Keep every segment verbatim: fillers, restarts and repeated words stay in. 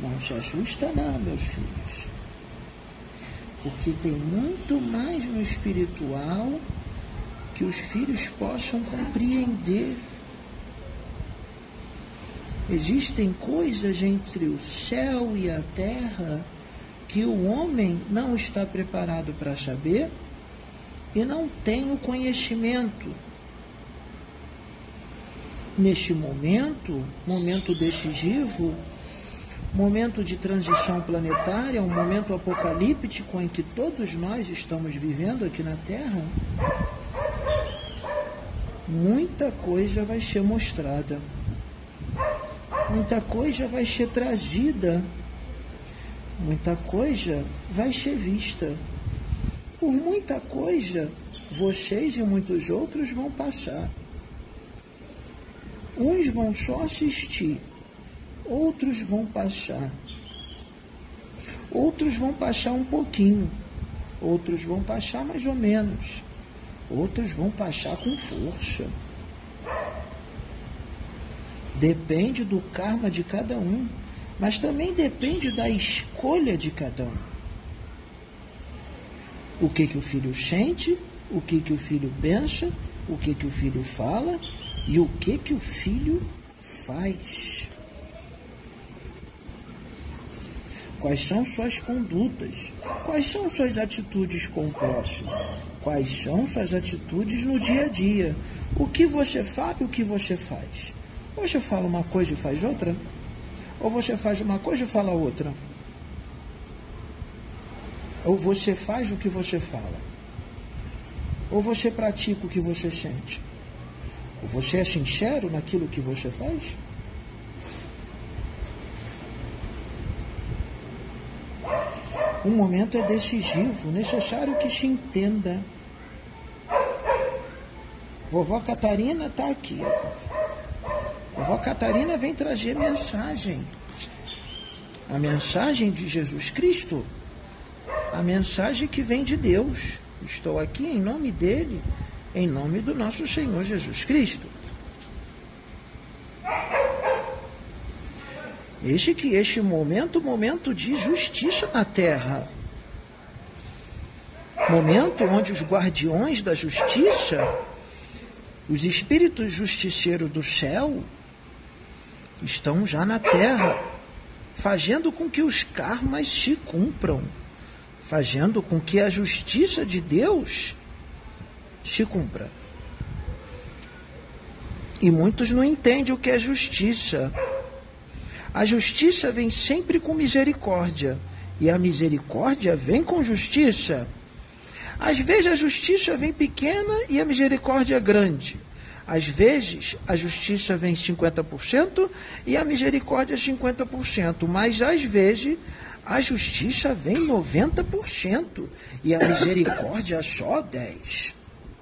Não se assusta não, meus filhos. Porque tem muito mais no espiritual que os filhos possam compreender. Existem coisas entre o céu e a terra que o homem não está preparado para saber e não tem o conhecimento. Neste momento, momento decisivo, momento de transição planetária, um momento apocalíptico em que todos nós estamos vivendo aqui na Terra, muita coisa vai ser mostrada, muita coisa vai ser trazida, muita coisa vai ser vista. Por muita coisa, vocês e muitos outros vão passar. Uns vão só assistir, outros vão passar. Outros vão passar um pouquinho, outros vão passar mais ou menos, outros vão passar com força. Depende do karma de cada um, mas também depende da escolha de cada um. O que que o filho sente, o que que o filho pensa, o que que o filho fala e o que que o filho faz. Quais são suas condutas? Quais são suas atitudes com o próximo? Quais são suas atitudes no dia a dia? O que você fala e o que você faz? Você fala uma coisa e faz outra? Ou você faz uma coisa e fala outra? Ou você faz o que você fala? Ou você pratica o que você sente? Ou você é sincero naquilo que você faz? O momento é decisivo, necessário que se entenda. Vovó Catarina está aqui. Vovó Catarina vem trazer mensagem. A mensagem de Jesus Cristo. A mensagem que vem de Deus. Estou aqui em nome dele, em nome do nosso Senhor Jesus Cristo. Este que este momento, momento de justiça na terra. Momento onde os guardiões da justiça, os espíritos justiceiros do céu, estão já na terra, fazendo com que os karmas se cumpram, fazendo com que a justiça de Deus se cumpra. E muitos não entendem o que é justiça. A justiça vem sempre com misericórdia, e a misericórdia vem com justiça. Às vezes a justiça vem pequena e a misericórdia grande. Às vezes a justiça vem cinquenta por cento e a misericórdia cinquenta por cento. Mas às vezes a justiça vem noventa por cento e a misericórdia só dez por cento.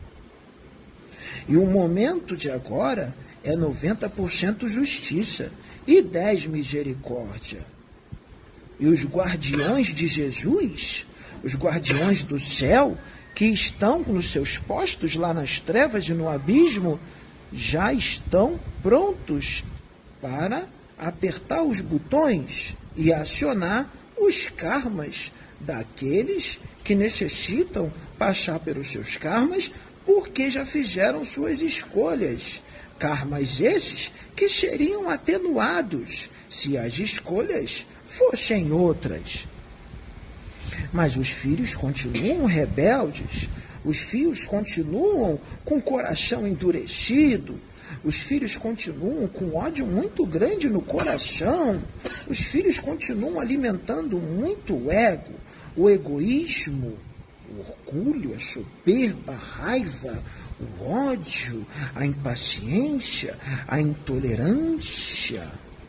E o momento de agora é noventa por cento justiça e dez por cento misericórdia. E os guardiões de Jesus, os guardiões do céu, que estão nos seus postos lá nas trevas e no abismo, já estão prontos para apertar os botões e acionar os karmas daqueles que necessitam passar pelos seus karmas porque já fizeram suas escolhas. Karmas esses que seriam atenuados se as escolhas fossem outras. Mas os filhos continuam rebeldes, os filhos continuam com o coração endurecido, os filhos continuam com ódio muito grande no coração, os filhos continuam alimentando muito o ego, o egoísmo, o orgulho, a soberba, a raiva, o ódio, a impaciência, a intolerância,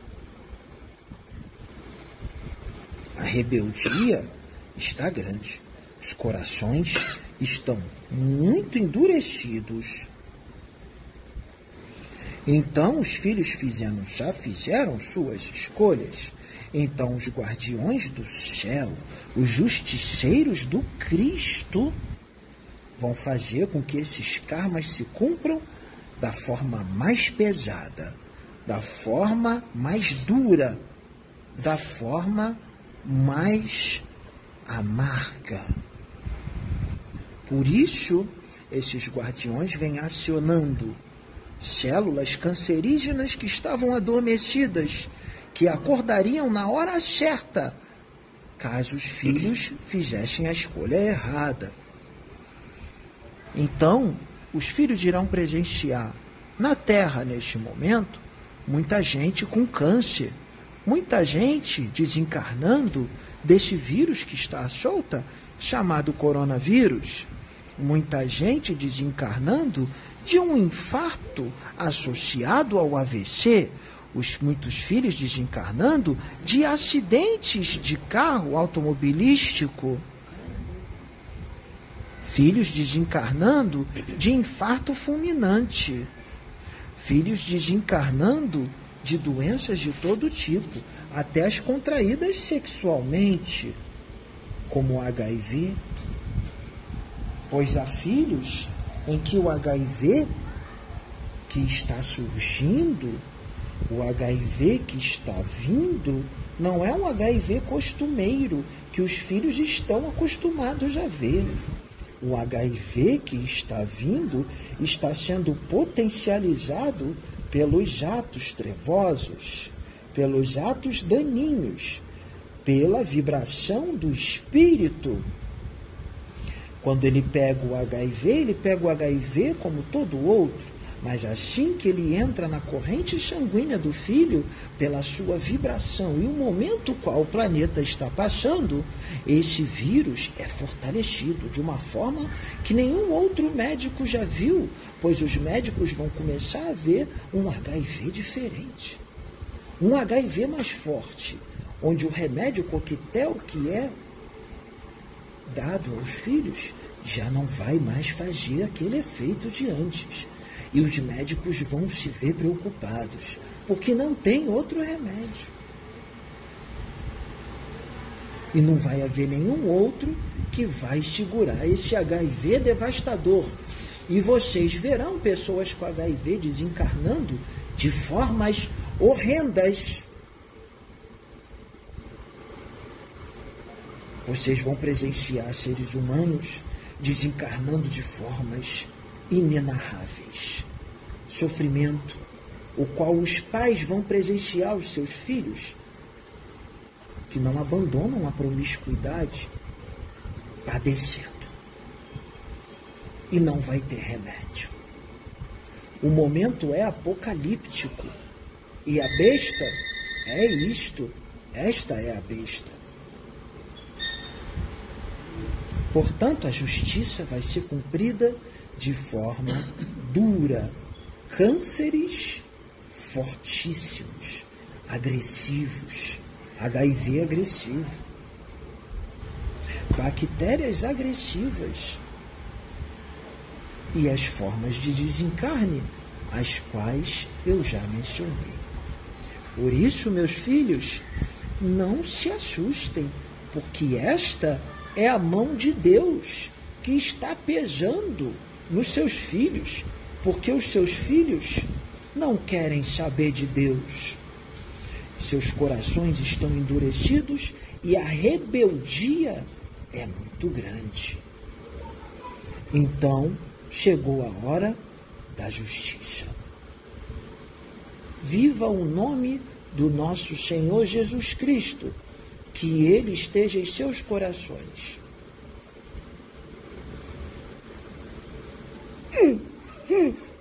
a rebeldia está grande. Os corações estão muito endurecidos. Então os filhos fizeram, já fizeram suas escolhas. Então os guardiões do céu, os justiceiros do Cristo, vão fazer com que esses karmas se cumpram da forma mais pesada, da forma mais dura, da forma mais amarga. Por isso, esses guardiões vêm acionando células cancerígenas que estavam adormecidas, que acordariam na hora certa, caso os filhos fizessem a escolha errada. Então, os filhos irão presenciar na Terra, neste momento, muita gente com câncer, muita gente desencarnando desse vírus que está à solta, chamado coronavírus, muita gente desencarnando de um infarto associado ao A V C, os muitos filhos desencarnando de acidentes de carro automobilístico, filhos desencarnando de infarto fulminante, filhos desencarnando de doenças de todo tipo, até as contraídas sexualmente, como o H I V, pois há filhos em que o H I V que está surgindo, o H I V que está vindo, não é um H I V costumeiro que os filhos estão acostumados a ver. O H I V que está vindo está sendo potencializado pelos atos trevosos, pelos atos daninhos, pela vibração do espírito. Quando ele pega o H I V, ele pega o H I V como todo outro, mas assim que ele entra na corrente sanguínea do filho, pela sua vibração e o momento qual o planeta está passando, esse vírus é fortalecido de uma forma que nenhum outro médico já viu, pois os médicos vão começar a ver um H I V diferente, um H I V mais forte, onde o remédio coquetel que é dado aos filhos já não vai mais fazer aquele efeito de antes. E os médicos vão se ver preocupados, porque não tem outro remédio. E não vai haver nenhum outro que vai segurar esse H I V devastador. E vocês verão pessoas com H I V desencarnando de formas horrendas. Vocês vão presenciar seres humanos desencarnando de formas inenarráveis. Sofrimento, o qual os pais vão presenciar os seus filhos, que não abandonam a promiscuidade, padecendo. E não vai ter remédio. O momento é apocalíptico. E a besta é isto. Esta é a besta. Portanto, a justiça vai ser cumprida de forma dura. Cânceres fortíssimos, agressivos, H I V agressivo, bactérias agressivas e as formas de desencarne, as quais eu já mencionei. Por isso, meus filhos, não se assustem, porque esta é a mão de Deus que está pesando nos seus filhos, porque os seus filhos não querem saber de Deus. Seus corações estão endurecidos e a rebeldia é muito grande. Então, chegou a hora da justiça. Viva o nome do nosso Senhor Jesus Cristo, que Ele esteja em seus corações. Hum, hum.